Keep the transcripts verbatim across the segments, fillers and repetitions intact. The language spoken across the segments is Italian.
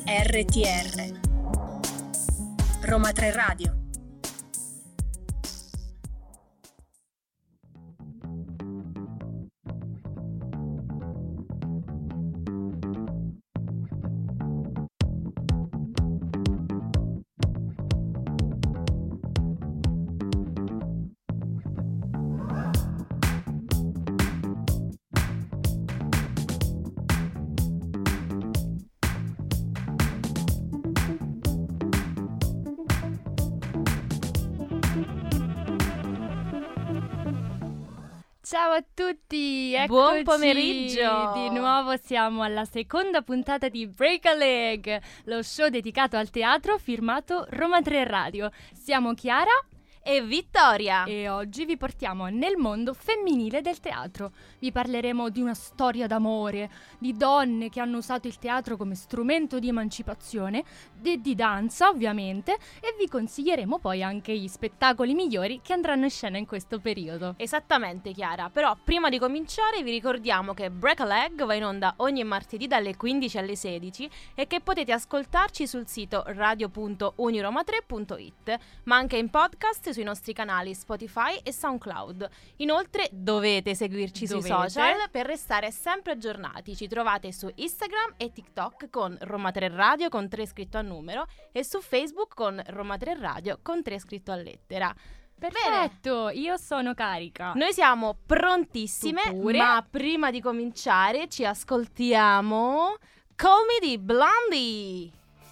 R T R Roma tre Radio. Ciao a tutti, eccoci. Buon pomeriggio. Di nuovo siamo alla seconda puntata di Break a Leg, lo show dedicato al teatro firmato Roma tre Radio. Siamo Chiara e Vittoria e oggi vi portiamo nel mondo femminile del teatro. Vi parleremo di una storia d'amore, di donne che hanno usato il teatro come strumento di emancipazione, di, di danza ovviamente, e vi consiglieremo poi anche gli spettacoli migliori che andranno in scena in questo periodo. Esattamente, Chiara, però prima di cominciare vi ricordiamo che Break a Leg va in onda ogni martedì dalle quindici alle sedici e che potete ascoltarci sul sito radio punto uniroma tre punto it, ma anche in podcast sui nostri canali Spotify e SoundCloud. Inoltre dovete seguirci Dovete. sui social per restare sempre aggiornati. Ci trovate su Instagram e TikTok con Roma tre Radio con tre scritto a numero e su Facebook con Roma tre Radio con tre scritto a lettera. Perfetto, bene. Io sono carica. Noi siamo prontissime, ma prima di cominciare ci ascoltiamo Call Me di Blondie.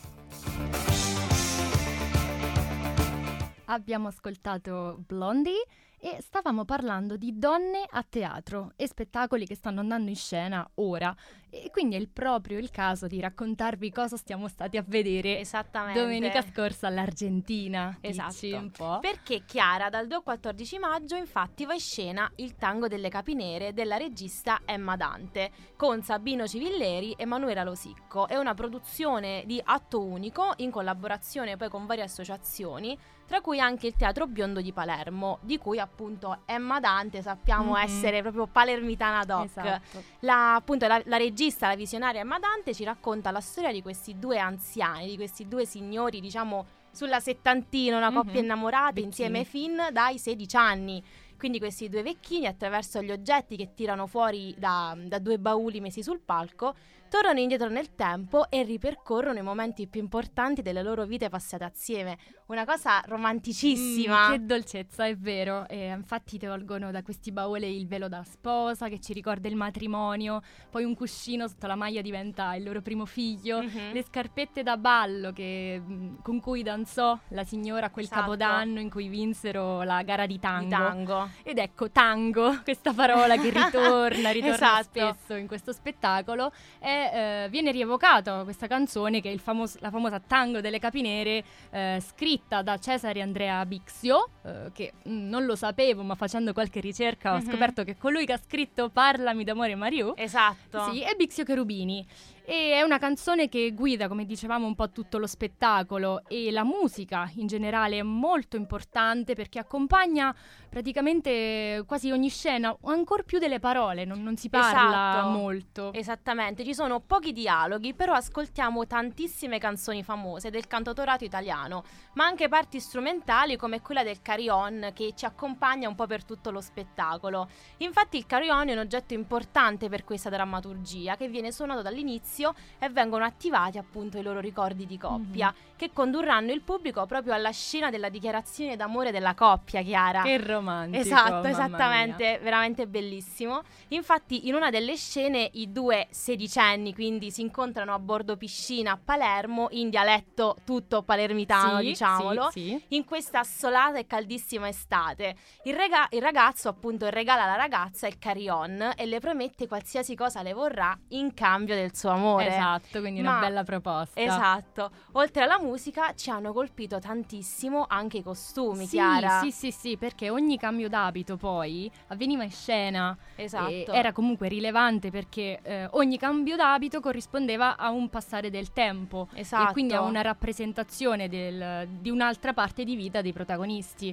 Abbiamo ascoltato Blondie e stavamo parlando di donne a teatro e spettacoli che stanno andando in scena ora. E quindi è proprio il caso di raccontarvi cosa stiamo stati a vedere Esattamente. domenica scorsa all'Argentina. Esatto. Dici un po'? Perché Chiara, dal due al quattordici maggio infatti va in scena Il tango delle capinere della regista Emma Dante con Sabino Civilleri e Manuela Losicco. È una produzione di atto unico in collaborazione poi con varie associazioni, tra cui anche il Teatro Biondo di Palermo, di cui appunto Emma Dante sappiamo mm-hmm. essere proprio palermitana doc. Esatto. La, appunto la, la regista, la visionaria Emma Dante ci racconta la storia di questi due anziani, di questi due signori, diciamo sulla settantina, una mm-hmm. coppia innamorata Vecchini. Insieme fin dai sedici anni. Quindi questi due vecchini, attraverso gli oggetti che tirano fuori da, da due bauli messi sul palco, tornano indietro nel tempo e ripercorrono i momenti più importanti delle loro vite passate assieme. Una cosa romanticissima. Mm, che dolcezza, è vero. E infatti tolgono da questi bauli il velo da sposa che ci ricorda il matrimonio, poi un cuscino sotto la maglia diventa il loro primo figlio, mm-hmm. le scarpette da ballo che, con cui danzò la signora quel esatto. capodanno in cui vinsero la gara di tango. Di tango. Ed ecco, tango, questa parola che ritorna, ritorna esatto. spesso in questo spettacolo, e eh, viene rievocata questa canzone che è il famos- la famosa Tango delle Capinere, eh, scritta da Cesare Andrea Bixio, eh, che mh, non lo sapevo, ma facendo qualche ricerca ho mm-hmm. scoperto che colui che ha scritto Parlami d'amore Mariù, esatto, sì, è Bixio Cherubini. E è una canzone che guida, come dicevamo, un po' tutto lo spettacolo, e la musica in generale è molto importante perché accompagna praticamente quasi ogni scena, ancor più delle parole, non, non si parla esatto. molto. Esattamente, ci sono pochi dialoghi, però ascoltiamo tantissime canzoni famose del cantautorato italiano, ma anche parti strumentali come quella del carillon che ci accompagna un po' per tutto lo spettacolo. Infatti il carillon è un oggetto importante per questa drammaturgia che viene suonato dall'inizio e vengono attivati appunto i loro ricordi di coppia mm-hmm. che condurranno il pubblico proprio alla scena della dichiarazione d'amore della coppia, Chiara. Che romantico. Esatto, esattamente, veramente bellissimo. Infatti in una delle scene i due sedicenni quindi si incontrano a bordo piscina a Palermo in dialetto tutto palermitano, sì, diciamolo, sì, sì. in questa assolata e caldissima estate. Il, rega- il ragazzo appunto regala alla ragazza il carillon e le promette qualsiasi cosa le vorrà in cambio del suo amore. Esatto, quindi una Ma, bella proposta. Esatto. Oltre alla musica ci hanno colpito tantissimo anche i costumi, sì, Chiara. Sì, sì, sì, perché ogni cambio d'abito poi avveniva in scena. Esatto. E era comunque rilevante perché eh, ogni cambio d'abito corrispondeva a un passare del tempo. Esatto. E quindi a una rappresentazione del, di un'altra parte di vita dei protagonisti.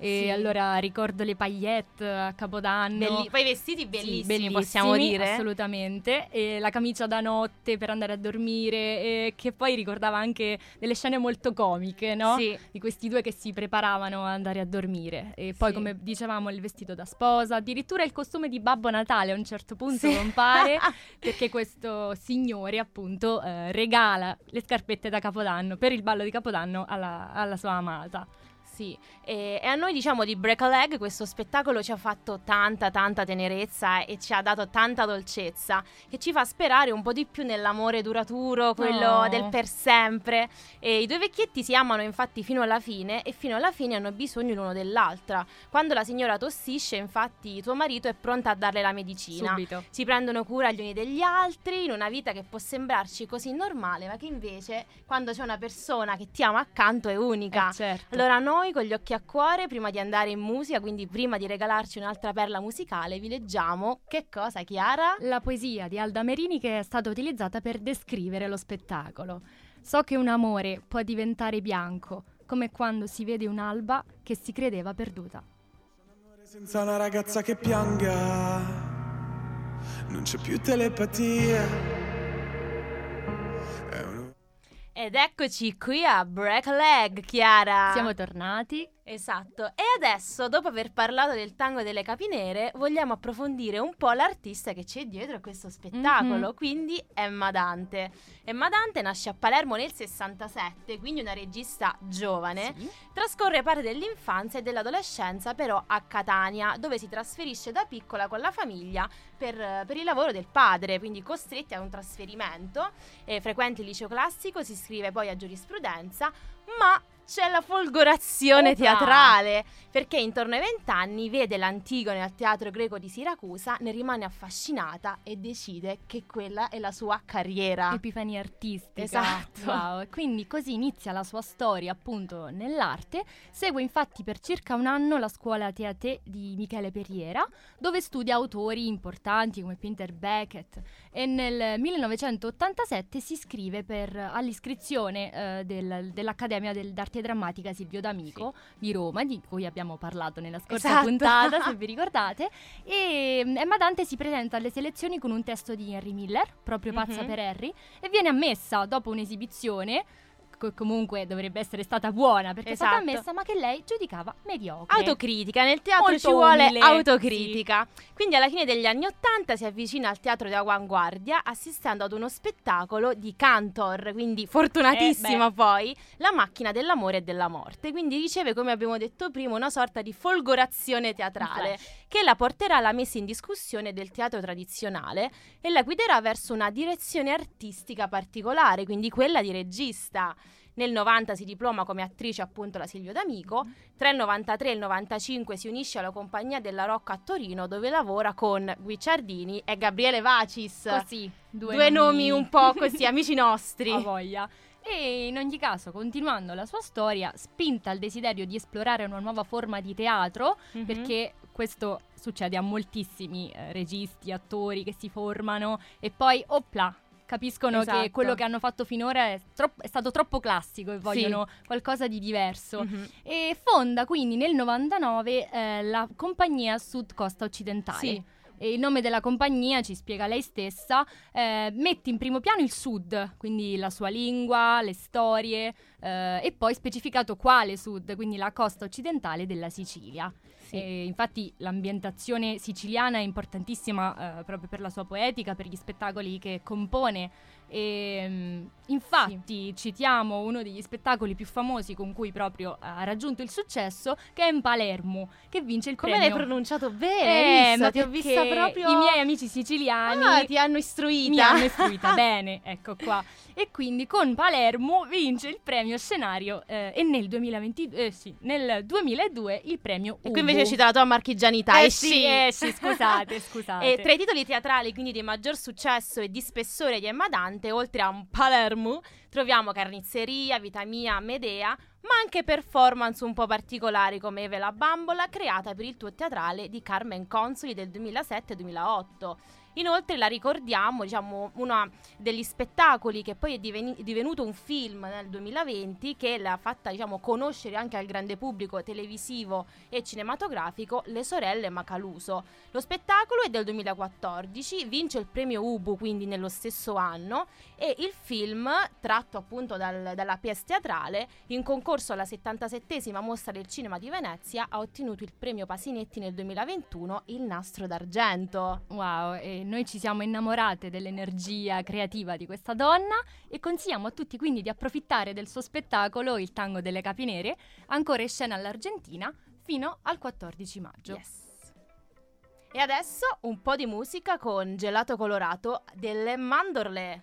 E sì. allora ricordo le paillette a Capodanno. Belli- poi i vestiti bellissimi, sì, bellissimi, possiamo dire. Assolutamente. E la camicia da notte per andare a dormire, e che poi ricordava anche delle scene molto comiche, no? Sì. Di questi due che si preparavano ad andare a dormire. E poi, Sì. come dicevamo, il vestito da sposa, addirittura il costume di Babbo Natale a un certo punto Sì. compare, perché questo signore appunto eh, regala le scarpette da Capodanno per il ballo di Capodanno alla, alla sua amata. Sì, e, e a noi diciamo di Break a Leg questo spettacolo ci ha fatto tanta tanta tenerezza e ci ha dato tanta dolcezza, che ci fa sperare un po' di più nell'amore duraturo, quello Oh. del per sempre. E i due vecchietti si amano infatti fino alla fine, e fino alla fine hanno bisogno l'uno dell'altra. Quando la signora tossisce, infatti tuo marito è pronta a darle la medicina. Subito. Si prendono cura gli uni degli altri in una vita che può sembrarci così normale, ma che invece quando c'è una persona che ti ama accanto è unica. Eh, certo. Allora noi con gli occhi a cuore, prima di andare in musica, quindi prima di regalarci un'altra perla musicale, vi leggiamo che cosa, Chiara? La poesia di Alda Merini, che è stata utilizzata per descrivere lo spettacolo. So che un amore può diventare bianco, come quando si vede un'alba che si credeva perduta. Senza una ragazza che pianga, non c'è più telepatia. È un... Ed eccoci qui a Break a Leg, Chiara. Siamo tornati. Esatto, e adesso, dopo aver parlato del tango delle capinere, vogliamo approfondire un po' l'artista che c'è dietro a questo spettacolo, Mm-hmm. quindi Emma Dante. Emma Dante nasce a Palermo nel sessantasette, quindi una regista giovane. Sì. Trascorre parte dell'infanzia e dell'adolescenza però a Catania, dove si trasferisce da piccola con la famiglia per, per il lavoro del padre, quindi costretti a un trasferimento. Eh, frequenta il liceo classico, si iscrive poi a giurisprudenza, ma c'è la folgorazione Opa! teatrale, perché intorno ai vent'anni vede l'Antigone al Teatro Greco di Siracusa, ne rimane affascinata e decide che quella è la sua carriera. Epifania artistica. Esatto. Wow. E quindi così inizia la sua storia appunto nell'arte. Segue infatti per circa un anno la scuola Teatè di Michele Perriera, dove studia autori importanti come Peter Beckett, e nel millenovecentottantasette si iscrive per, all'iscrizione eh, del, dell'Accademia del, d'Arte Drammatica Silvio D'Amico di Roma, di cui abbiamo parlato nella scorsa Esatto. puntata, se vi ricordate. E Emma Dante si presenta alle selezioni con un testo di Henry Miller, proprio Pazza Mhm. per Harry, e viene ammessa dopo un'esibizione, co- comunque dovrebbe essere stata buona perché è stata Esatto. ammessa, ma che lei giudicava mediocre. Autocritica, nel teatro Molto ci vuole umile, autocritica. Quindi alla fine degli anni Ottanta si avvicina al teatro di avanguardia assistendo ad uno spettacolo di Cantor, quindi fortunatissima Eh, beh. poi, La macchina dell'amore e della morte. Quindi riceve, come abbiamo detto prima, una sorta di folgorazione teatrale che la porterà alla messa in discussione del teatro tradizionale e la guiderà verso una direzione artistica particolare, quindi quella di regista. Nel novanta si diploma come attrice appunto la Silvio D'Amico. Tra il novantatré e il novantacinque si unisce alla Compagnia della Rocca a Torino, dove lavora con Guicciardini e Gabriele Vacis. Così, due, Due nomi un po' così, amici nostri. a voglia. E in ogni caso, continuando la sua storia, spinta al desiderio di esplorare una nuova forma di teatro, Mhm. perché questo succede a moltissimi eh, registi, attori che si formano e poi, opla, capiscono Esatto. che quello che hanno fatto finora è, troppo- è stato troppo classico e vogliono qualcosa di diverso. Mhm. E fonda quindi nel novantanove eh, la compagnia Sud Costa Occidentale. Sì. E il nome della compagnia, ci spiega lei stessa, eh, mette in primo piano il Sud, quindi la sua lingua, le storie, eh, e poi specificato quale Sud, quindi la costa occidentale della Sicilia. Sì. E infatti l'ambientazione siciliana è importantissima eh, proprio per la sua poetica, per gli spettacoli che compone. E, mh, infatti citiamo uno degli spettacoli più famosi con cui proprio ha raggiunto il successo, che è in Palermo, che vince il Come premio. l'hai pronunciato bene? Eh, hai visto? ma Ti ho perché vista proprio. i miei amici siciliani Ah, ti hanno istruita. mi hanno istruita bene, ecco qua. E quindi con Palermo vince il premio scenario eh, e nel duemilaventidue, eh, sì, nel duemiladue il premio E Ubu. qui invece cita la tua marchigianità. Eh eh sì, eh sì, scusate, scusate. E tra i titoli teatrali, quindi di maggior successo e di spessore di Emma Dante, oltre a un Palermo, troviamo Carnizzeria, Vita Mia, Medea, ma anche performance un po' particolari come Eve la bambola, creata per il tuo teatrale di Carmen Consoli del duemilasette duemilaotto. Inoltre la ricordiamo, diciamo, uno degli spettacoli che poi è diveni- divenuto un film nel duemilaventi, che l'ha fatta, diciamo, conoscere anche al grande pubblico televisivo e cinematografico, Le sorelle Macaluso. Lo spettacolo è del duemilaquattordici, vince il premio Ubu quindi nello stesso anno, e il film, tratto appunto dal, dalla pièce teatrale, in concorso alla settantasettesima Mostra del Cinema di Venezia ha ottenuto il premio Pasinetti nel duemilaventuno, il Nastro d'Argento. Wow, e noi ci siamo innamorate dell'energia creativa di questa donna e consigliamo a tutti quindi di approfittare del suo spettacolo Il Tango delle Capinere, ancora in scena all'Argentina fino al quattordici maggio. Yes. E adesso un po' di musica con Gelato Colorato delle Mandorle.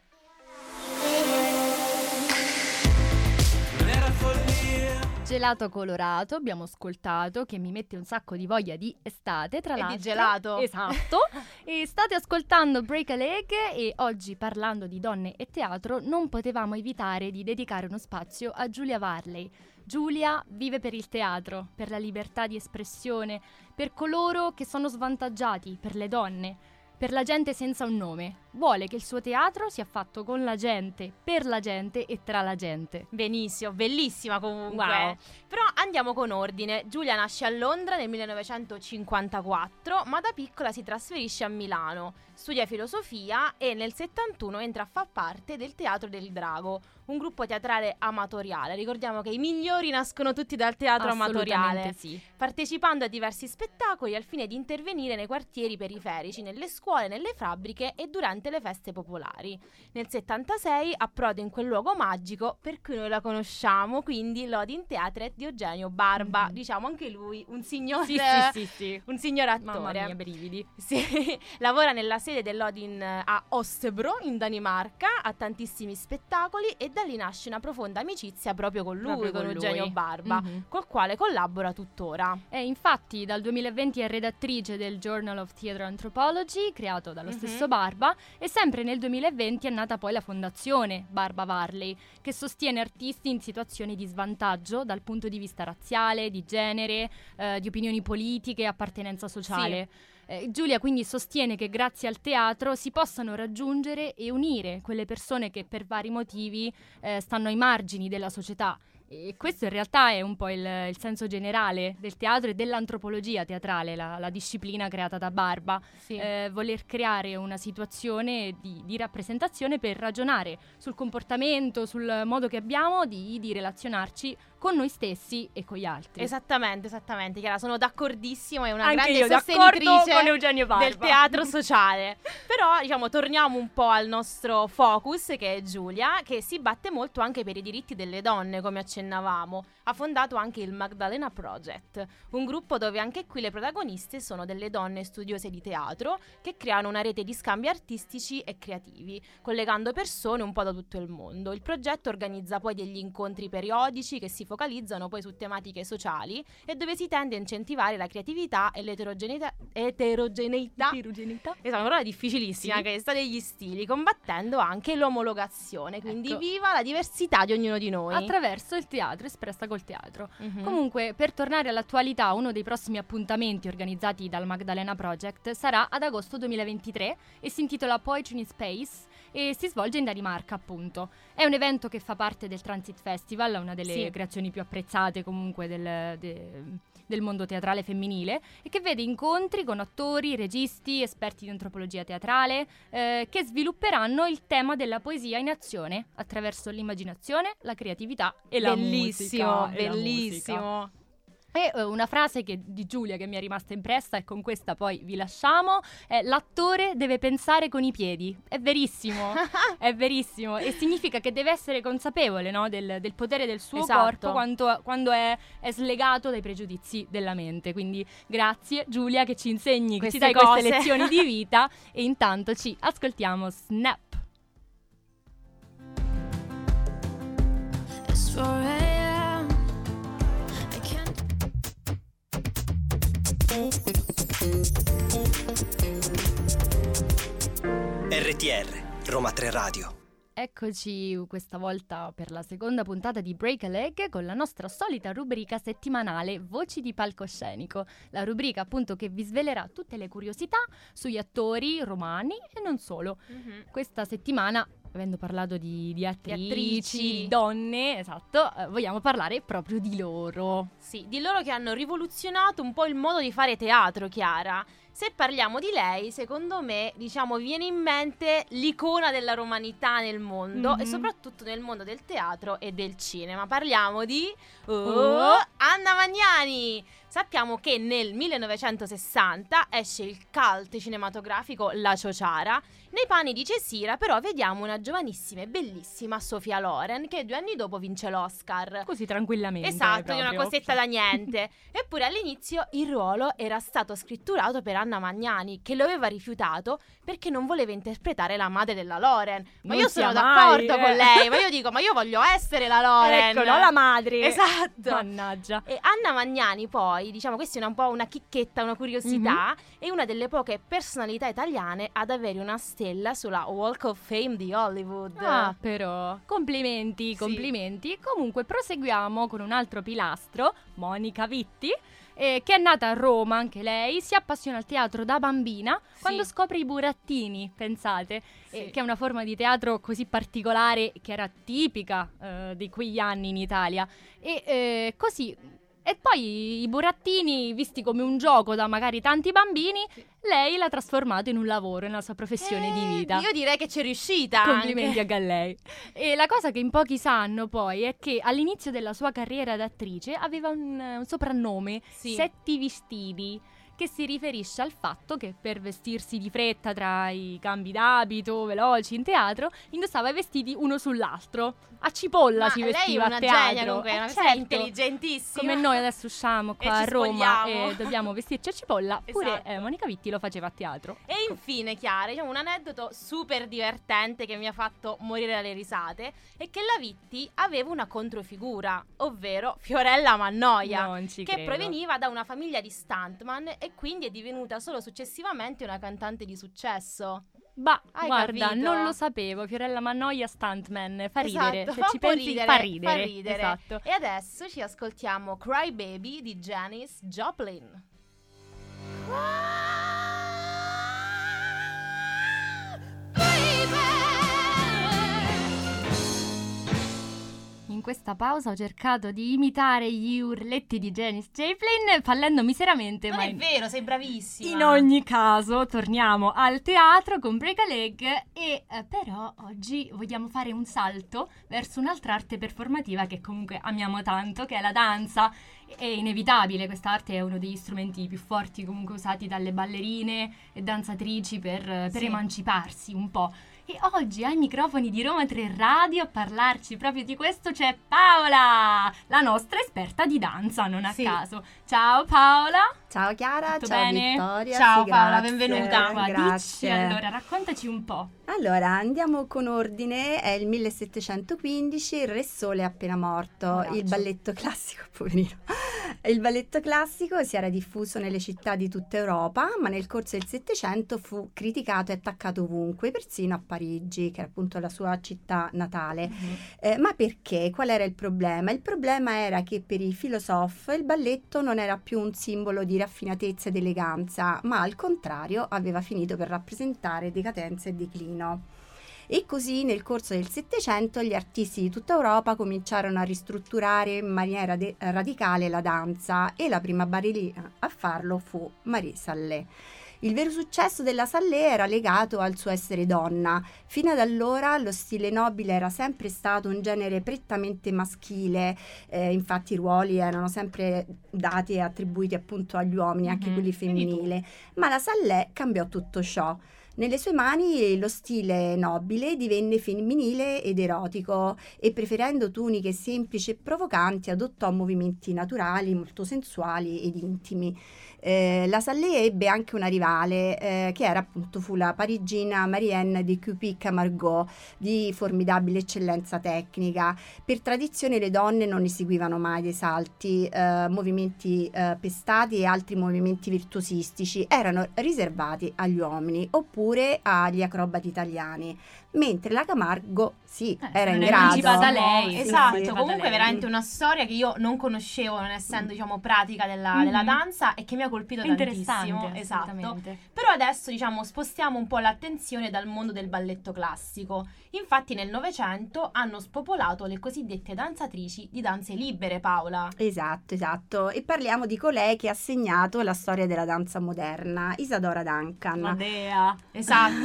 Gelato Colorato abbiamo ascoltato, che mi mette un sacco di voglia di estate, tra E l'altro. di gelato. Esatto. E state ascoltando Break a Leg, e oggi, parlando di donne e teatro, non potevamo evitare di dedicare uno spazio a Giulia Varley. Giulia vive per il teatro, per la libertà di espressione, per coloro che sono svantaggiati, per le donne, per la gente senza un nome. Vuole che il suo teatro sia fatto con la gente, per la gente e tra la gente. Benissimo, bellissima comunque. Wow. Però andiamo con ordine. Giulia nasce a Londra nel millenovecentocinquantaquattro, ma da piccola si trasferisce a Milano. Studia filosofia e nel settantuno entra a far parte del Teatro del Drago, un gruppo teatrale amatoriale. Ricordiamo che i migliori nascono tutti dal teatro amatoriale. Sì. Partecipando a diversi spettacoli al fine di intervenire nei quartieri periferici, nelle scuole, nelle fabbriche e durante le feste popolari. Nel settantasei approda in quel luogo magico per cui noi la conosciamo, quindi l'Odin Theatre di Eugenio Barba, Mm-hmm. diciamo anche lui un signor, Sì, sì, sì, sì. un signor attore. Mamma mia, brividi. Sì, lavora nella sede dell'Odin a Ostebro in Danimarca, ha tantissimi spettacoli e da lì nasce una profonda amicizia proprio con lui, Proprio con, con Eugenio lui. Barba, Mhm. col quale collabora tuttora. E infatti dal duemilaventi è redattrice del Journal of Theatre Anthropology, creato dallo Mhm. stesso Barba, e sempre nel duemilaventi è nata poi la fondazione Barba Varley, che sostiene artisti in situazioni di svantaggio dal punto di vista razziale, di genere, eh, di opinioni politiche, appartenenza sociale. Eh, Giulia quindi sostiene che grazie al teatro si possano raggiungere e unire quelle persone che per vari motivi eh, stanno ai margini della società. E questo in realtà è un po' il, il senso generale del teatro e dell'antropologia teatrale, la, la disciplina creata da Barba. Sì. Eh, voler creare una situazione di, di rappresentazione per ragionare sul comportamento, sul modo che abbiamo di, di relazionarci con noi stessi e con gli altri. Esattamente, esattamente, Chiara, sono d'accordissimo, è una Anche grande io, d'accordo sostenitrice con Eugenio Barba. del teatro sociale. Però, diciamo, torniamo un po' al nostro focus, che è Giulia, che si batte molto anche per i diritti delle donne, come accennavamo. Ha fondato anche il Magdalena Project, un gruppo dove anche qui le protagoniste sono delle donne studiose di teatro che creano una rete di scambi artistici e creativi, collegando persone un po' da tutto il mondo. Il progetto organizza poi degli incontri periodici che si focalizzano poi su tematiche sociali e dove si tende a incentivare la creatività e l'eterogeneità eterogeneità Eterogeneità. Esatto, una parola difficilissima, Sì. che sta degli stili, combattendo anche l'omologazione, quindi Ecco. viva la diversità di ognuno di noi. Attraverso il teatro, espressa col teatro. Mhm. Comunque, per tornare all'attualità, uno dei prossimi appuntamenti organizzati dal Magdalena Project sarà ad agosto duemilaventitré e si intitola Poetry in Space e si svolge in Danimarca, appunto. È un evento che fa parte del Transit Festival, una delle Sì. creazioni più apprezzate comunque del, de- del mondo teatrale femminile, e che vede incontri con attori, registi, esperti di antropologia teatrale, eh, che svilupperanno il tema della poesia in azione attraverso l'immaginazione, la creatività e la Bellissimo, musica. e la musica. bellissimo. E eh, una frase che, di Giulia che mi è rimasta impressa, e con questa poi vi lasciamo, è: l'attore deve pensare con i piedi. È verissimo, è verissimo, e significa che deve essere consapevole, no, del, del potere del suo Esatto. corpo quanto- quando è, è slegato dai pregiudizi della mente. Quindi grazie Giulia che ci insegni, che ci Queste dai queste cose. lezioni di vita, e intanto ci ascoltiamo Snap. It's four a.m. I can't. R T R, Roma tre Radio. Eccoci questa volta per la seconda puntata di Break a Leg con la nostra solita rubrica settimanale Voci di palcoscenico, la rubrica appunto che vi svelerà tutte le curiosità sugli attori romani e non solo. Mm-hmm. Questa settimana, avendo parlato di, di attrici, di, attrici. di donne, esatto, eh, vogliamo parlare proprio di loro. Sì, di loro che hanno rivoluzionato un po' il modo di fare teatro, Chiara. Se parliamo di lei, secondo me, diciamo, viene in mente l'icona della romanità nel mondo, mm-hmm. e soprattutto nel mondo del teatro e del cinema. Parliamo di oh, oh. Anna Magnani. Sappiamo che nel millenovecentosessanta esce il cult cinematografico La Ciociara. Nei panni di Cesira però vediamo una giovanissima e bellissima Sophia Loren che due anni dopo vince l'Oscar. Così tranquillamente. Esatto, di una cosetta da niente. Eppure all'inizio il ruolo era stato scritturato per Anna Magnani, che lo aveva rifiutato perché non voleva interpretare la madre della Loren. Ma non io sono mai, d'accordo eh. con lei, ma io dico, ma io voglio essere la Loren. Ecco, no, la madre. Esatto. Mannaggia. E Anna Magnani poi, diciamo, questa è un po' una chicchetta, una curiosità, mm-hmm. è una delle poche personalità italiane ad avere una stella sulla Walk of Fame di Hollywood. Ah, però, complimenti, complimenti. Sì. Comunque proseguiamo con un altro pilastro, Monica Vitti, eh, che è nata a Roma, anche lei, si appassiona al teatro da bambina, sì. quando scopre i burattini, pensate, sì. eh, che è una forma di teatro così particolare che era tipica eh, di quegli anni in Italia. E eh, così... E poi i burattini, visti come un gioco da magari tanti bambini, sì. lei l'ha trasformato in un lavoro, nella sua professione eh, di vita. Io direi che c'è riuscita. Complimenti anche. a lei. E la cosa che in pochi sanno poi è che all'inizio della sua carriera d'attrice aveva un, un soprannome, sì. Setti Vestiti, che si riferisce al fatto che per vestirsi di fretta tra i cambi d'abito veloci in teatro indossava i vestiti uno sull'altro. A cipolla Ma si vestiva lei è a teatro. una genia comunque, è una eh, persona certo. intelligentissima. Come noi adesso usciamo qua e a Roma spogliamo. e dobbiamo vestirci a cipolla, Esatto. pure eh, Monica Vitti lo faceva a teatro. E infine, Chiara, diciamo un aneddoto super divertente che mi ha fatto morire dalle risate è che la Vitti aveva una controfigura, ovvero Fiorella Mannoia, Non ci che credo. proveniva da una famiglia di stuntman e quindi è divenuta solo successivamente una cantante di successo. Bah, Hai guarda, capito? non lo sapevo. Fiorella Mannoia stuntman, fa ridere. Esatto, Se fa ci un po' pensi ridere, fa ridere. fa ridere. Esatto. E adesso ci ascoltiamo Cry Baby di Janis Joplin. In questa pausa ho cercato di imitare gli urletti di Janis Joplin, fallendo miseramente. Non ma è in... vero, sei bravissima. In ogni caso, torniamo al teatro con Break a Leg e eh, però oggi vogliamo fare un salto verso un'altra arte performativa che comunque amiamo tanto, che è la danza. È inevitabile, questa arte è uno degli strumenti più forti comunque usati dalle ballerine e danzatrici per, per Sì. emanciparsi un po'. E oggi ai microfoni di Roma tre Radio a parlarci proprio di questo c'è Paola, la nostra esperta di danza, non a Sì. caso. Ciao Paola. Ciao Chiara, Tutto ciao bene? Vittoria. Ciao sì, Paola, grazie, benvenuta. Qua, dici, Grazie. allora, raccontaci un po'. Allora, andiamo con ordine. È il millesettecentoquindici, il Re Sole è appena morto. Coraggio. Il balletto classico, poverino. Il balletto classico si era diffuso nelle città di tutta Europa, ma nel corso del Settecento fu criticato e attaccato ovunque, persino a Parigi, che era appunto la sua città natale. Mm-hmm. Eh, ma perché? Qual era il problema? Il problema era che per i filosofi il balletto non era più un simbolo di raffinatezza ed eleganza, ma al contrario aveva finito per rappresentare decadenza e declino. E così nel corso del Settecento gli artisti di tutta Europa cominciarono a ristrutturare in maniera de- radicale la danza e la prima ballerina a farlo fu Marie Sallé. Il vero successo della Sallé era legato al suo essere donna. Fino ad allora lo stile nobile era sempre stato un genere prettamente maschile, eh, infatti i ruoli erano sempre dati e attribuiti appunto agli uomini, anche Mhm. quelli femminili, ma la Sallé cambiò tutto ciò. Nelle sue mani lo stile nobile divenne femminile ed erotico e preferendo tuniche semplici e provocanti adottò movimenti naturali, molto sensuali ed intimi. Eh, la Sallé ebbe anche una rivale eh, che era appunto fu la parigina Marianne de Cupid-Camargo, di formidabile eccellenza tecnica. Per tradizione le donne non eseguivano mai dei salti, eh, movimenti eh, pestati e altri movimenti virtuosistici, erano riservati agli uomini oppure agli acrobati italiani, mentre la Camargo sì, Eh, era in non è grado. viva da lei, Sì, Esatto, sì. sì. comunque lei. veramente una storia che io non conoscevo, non essendo diciamo pratica della, Mhm. della danza, e che mi ha colpito tantissimo. Interessante, Esatto. assolutamente. Però adesso diciamo spostiamo un po' l'attenzione dal mondo del balletto classico. Infatti nel Novecento hanno spopolato le cosiddette danzatrici di danze libere, Paola. Esatto, esatto. E parliamo di colei che ha segnato la storia della danza moderna, Isadora Duncan. Dea. Esatto.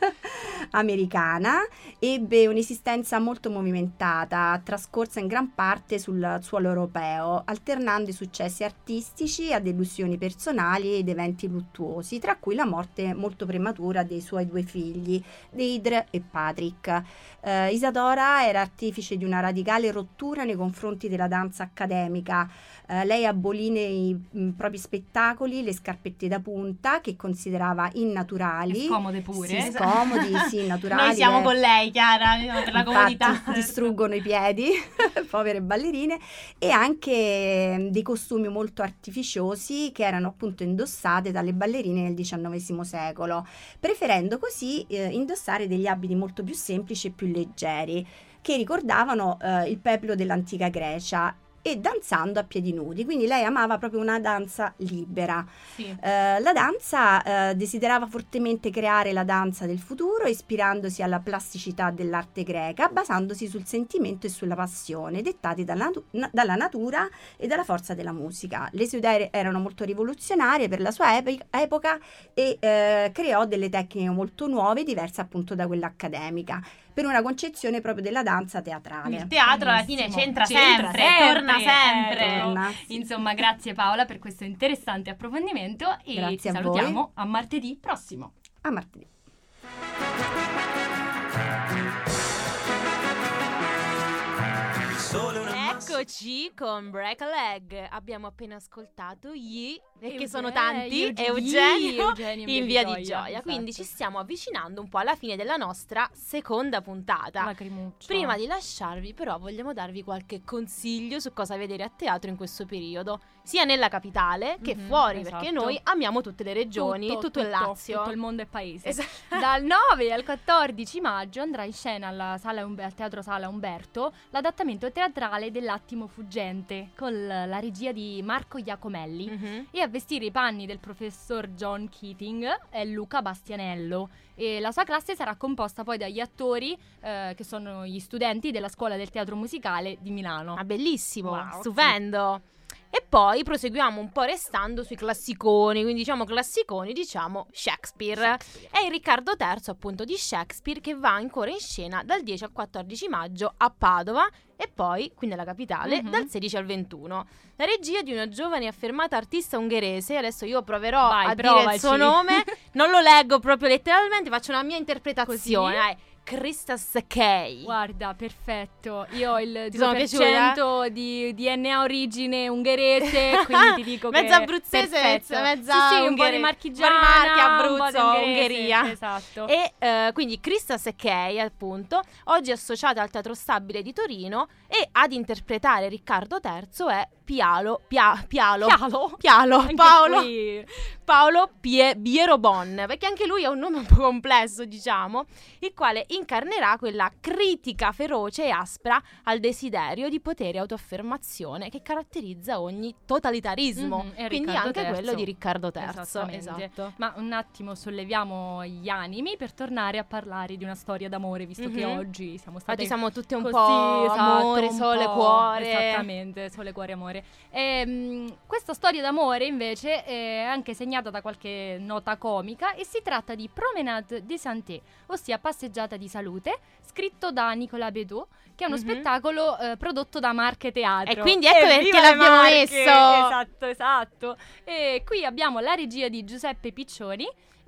Americana, ebbe un'esistenza molto movimentata, trascorsa in gran parte sul suolo europeo, alternando i successi artistici a delusioni personali ed eventi luttuosi, tra cui la morte molto prematura dei suoi due figli, Deidre e Patrick. Eh, Isadora era artefice di una radicale rottura nei confronti della danza accademica. Eh, lei abolì nei mh, propri spettacoli le scarpette da punta, che considerava innaturali. Scomode pure. Sì, scomodi, sì, naturali. Noi siamo eh. con lei, Chiara, diciamo, per la Infatti, comodità. distruggono i piedi, povere ballerine, e anche eh, dei costumi molto artificiosi che erano appunto indossate dalle ballerine nel diciannovesimo secolo, preferendo così eh, indossare degli abiti molto più semplici e più leggeri, che ricordavano eh, il peplo dell'antica Grecia, e danzando a piedi nudi. Quindi lei amava proprio una danza libera. Sì. Eh, la danza eh, desiderava fortemente creare la danza del futuro, ispirandosi alla plasticità dell'arte greca, basandosi sul sentimento e sulla passione, dettati dalla, natu- na- dalla natura e dalla forza della musica. Le sue idee erano molto rivoluzionarie per la sua epi- epoca e eh, creò delle tecniche molto nuove, diverse appunto da quella accademica, per una concezione proprio della danza teatrale. Il teatro alla fine Benissimo. c'entra, C'entra sempre, sempre, torna sempre. eh, Torna. Insomma, grazie Paola per questo interessante approfondimento e Grazie ci a salutiamo voi. a martedì prossimo. A martedì. Eccoci con Break a Leg. Abbiamo appena ascoltato gli, perché Euge- sono tanti, Euge- Eugenio, Eugenio in Via di Gioia. esatto. Quindi ci stiamo avvicinando un po' alla fine della nostra seconda puntata. Lacrimuccia. Prima di lasciarvi però vogliamo darvi qualche consiglio su cosa vedere a teatro in questo periodo, sia nella capitale che Mhm, fuori, esatto. perché noi amiamo tutte le regioni, tutto, tutto, il Lazio. tutto il mondo e paese. Esatto. Dal nove al quattordici maggio andrà in scena alla sala Umbe- al Teatro Sala Umberto l'adattamento teatrale dell'Attimo fuggente, con la regia di Marco Iacomelli. Mhm. E a vestire i panni del professor John Keating è Luca Bastianello, e la sua classe sarà composta poi dagli attori eh, che sono gli studenti della Scuola del Teatro Musicale di Milano. Ah, bellissimo, Wow, stupendo. E poi proseguiamo un po' restando sui classiconi, quindi diciamo classiconi, diciamo Shakespeare. Shakespeare. È il Riccardo terzo appunto di Shakespeare, che va ancora in scena dal dieci al quattordici maggio a Padova e poi, qui nella capitale, Mhm. dal sedici al ventuno. La regia di una giovane e affermata artista ungherese, adesso io proverò Vai, a dire provaci. il suo nome, non lo leggo proprio letteralmente, faccio una mia interpretazione. Così? Dai. Krista Sakei. Guarda, perfetto. Io ho il Ti sono due per cento di D N A origine ungherese, quindi ti dico che Mezza abruzzese, perfetto. mezza sì, sì, un po' unghere- di marchigiana, Marche, un po' di Abruzzo, ungherese, Ungheria. Esatto. E eh, quindi Krista Sakei, appunto, oggi associata al Teatro Stabile di Torino, e ad interpretare Riccardo terzo è Pialo, Pia, Pialo, Pialo? Pialo, Anche Paolo, qui. Paolo Pie, Bierobon, perché anche lui ha un nome un po' complesso, diciamo, il quale incarnerà quella critica feroce e aspra al desiderio di potere e autoaffermazione che caratterizza ogni totalitarismo, Mhm, è quindi Riccardo anche terzo. quello di Riccardo terzo. Esattamente. Esatto. Ma un attimo solleviamo gli animi per tornare a parlare di una storia d'amore, visto che Mhm. oggi siamo state Oggi siamo tutte un così, po' esatto, amore, un sole, po', cuore. Esattamente, sole, cuore, amore. Ehm, questa storia d'amore invece è anche segnata da qualche nota comica e si tratta di Promenade de Santé, ossia passeggiata di salute, scritto da Nicolas Bedos, che è uno Mhm. spettacolo eh, prodotto da Marche Teatro. E quindi ecco perché Evviva le l'abbiamo Marche! messo! Esatto, esatto. E qui abbiamo la regia di Giuseppe Piccioni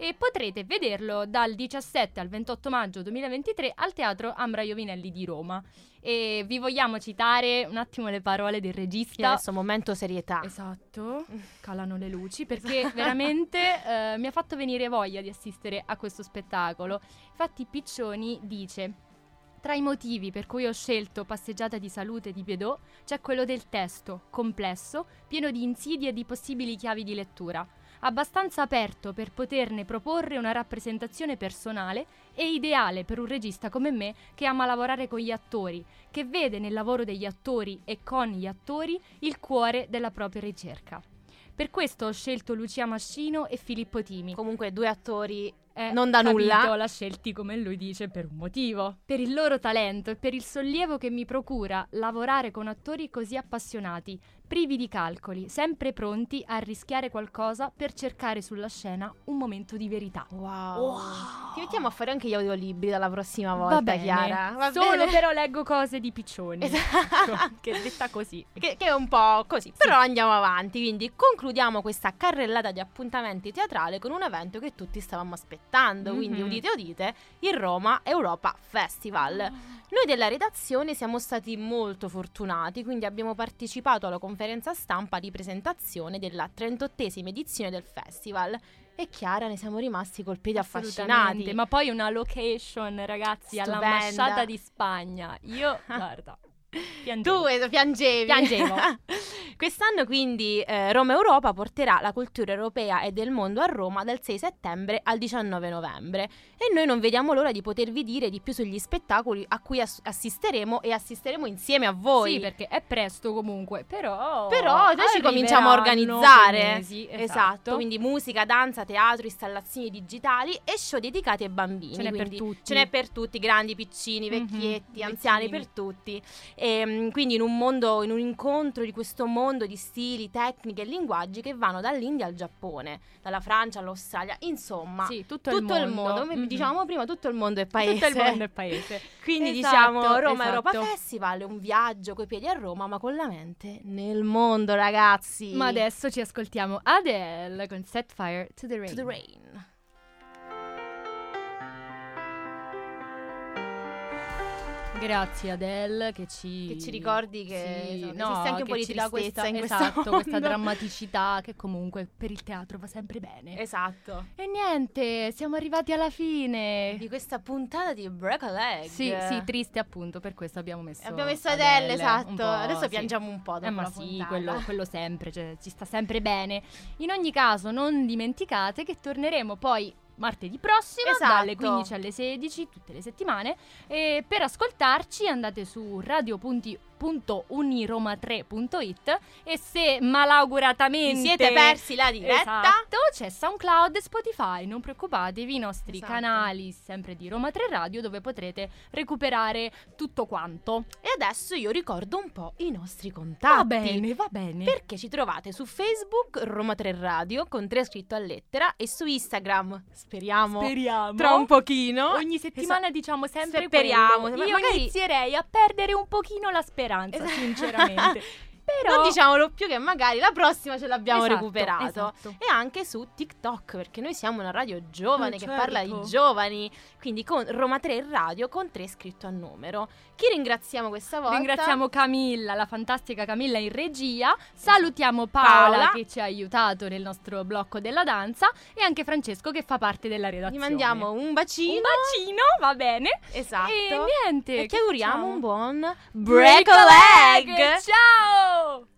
e potrete vederlo dal diciassette al ventotto maggio duemilaventitré al Teatro Ambra Iovinelli di Roma. E vi vogliamo citare un attimo le parole del regista. Adesso momento serietà. Esatto, calano le luci perché veramente eh, mi ha fatto venire voglia di assistere a questo spettacolo. Infatti Piccioni dice: tra i motivi per cui ho scelto Passeggiata di salute di Biedò c'è quello del testo, complesso, pieno di insidie e di possibili chiavi di lettura, abbastanza aperto per poterne proporre una rappresentazione personale e ideale per un regista come me che ama lavorare con gli attori, che vede nel lavoro degli attori e con gli attori il cuore della propria ricerca. Per questo ho scelto Lucia Mascino e Filippo Timi. Comunque due attori Eh, non da capito, nulla. l'ha scelti, come lui dice, per un motivo. Per il loro talento e per il sollievo che mi procura lavorare con attori così appassionati, privi di calcoli, sempre pronti a rischiare qualcosa per cercare sulla scena un momento di verità. Wow. Wow. Ti mettiamo a fare anche gli audiolibri dalla prossima volta, Va bene, Chiara. Va solo bene? però leggo cose di Piccioni. Esatto. Che detta così. Che, che è un po' così, però andiamo avanti, quindi concludiamo questa carrellata di appuntamenti teatrali con un evento che tutti stavamo aspettando, Mhm. quindi udite udite, il Roma Europa Festival. Noi della redazione siamo stati molto fortunati, quindi abbiamo partecipato alla conferenza stampa di presentazione della trentottesima edizione del festival. E Chiara, ne siamo rimasti col piedi affascinati. Assolutamente, ma poi una location, ragazzi, Stupenda. all'ambasciata di Spagna. Io, guarda, piangevo. Tu eh, piangevi. Piangevo. Quest'anno quindi eh, Roma Europa porterà la cultura europea e del mondo a Roma dal sei settembre al diciannove novembre e noi non vediamo l'ora di potervi dire di più sugli spettacoli a cui ass- assisteremo e assisteremo insieme a voi. Sì, perché è presto comunque, però Però noi ci cominciamo a arriveranno organizzare. quei mesi, esatto. esatto. Quindi musica, danza, teatro, installazioni digitali e show dedicati ai bambini. Ce n'è per Quindi tutti. Ce n'è per tutti, grandi, piccini, Mhm, vecchietti, anziani, vecchini. per tutti. E, quindi in un mondo, in un incontro di questo mondo di stili, tecniche e linguaggi che vanno dall'India al Giappone, dalla Francia all'Australia, insomma, Sì, tutto, tutto il mondo. mondo. Mhm. Dicevamo prima, tutto il mondo è paese. Tutto il mondo è paese. Quindi Esatto, diciamo Roma esatto. Europa Festival è un viaggio coi piedi a Roma, ma con la mente nel mondo, ragazzi. Ma adesso ci ascoltiamo Adele con Set Fire to the Rain. To the Rain. Grazie Adele che ci Che ci ricordi che, sì, esatto, no, esiste anche un po' che di ci dà tristezza questa, in questo esatto, questa mondo. drammaticità che comunque per il teatro va sempre bene. Esatto. E niente, siamo arrivati alla fine. Di questa puntata di Break a Leg. Sì, sì, triste appunto, per questo abbiamo messo Abbiamo messo Adele, un esatto. po', Adesso sì. piangiamo un po' dopo Eh ma la sì, puntata. quello, quello sempre, cioè, ci sta sempre bene. In ogni caso non dimenticate che torneremo poi martedì prossimo Esatto. dalle quindici alle sedici tutte le settimane e per ascoltarci andate su radio punto uniroma tre punto it e se malauguratamente Vi siete persi la diretta? Esatto, c'è SoundCloud e Spotify, non preoccupatevi, i nostri Esatto. canali sempre di Roma tre Radio dove potrete recuperare tutto quanto. E adesso io ricordo un po' i nostri contatti. Va bene, va bene. Perché ci trovate su Facebook Roma tre Radio con tre scritto a lettera e su Instagram, speriamo, Speriamo. tra un pochino. Ogni settimana diciamo sempre Speriamo, quello. ma Io magari- inizierei a perdere un pochino la speranza, Esatto. sinceramente. Però Non diciamolo più che magari la prossima ce l'abbiamo Esatto, recuperato. esatto. E anche su TikTok, perché noi siamo una radio giovane Eh, che certo. parla di giovani. Quindi con Roma tre Radio con tre scritto a numero. Chi ringraziamo questa volta? ringraziamo Camilla, la fantastica Camilla in regia. Salutiamo Paola, Paola. che ci ha aiutato nel nostro blocco della danza e anche Francesco che fa parte della Gli redazione. mandiamo un bacino. un bacino, va bene. Esatto. E niente. E ti che auguriamo facciamo? un buon Break a leg. leg. Ciao!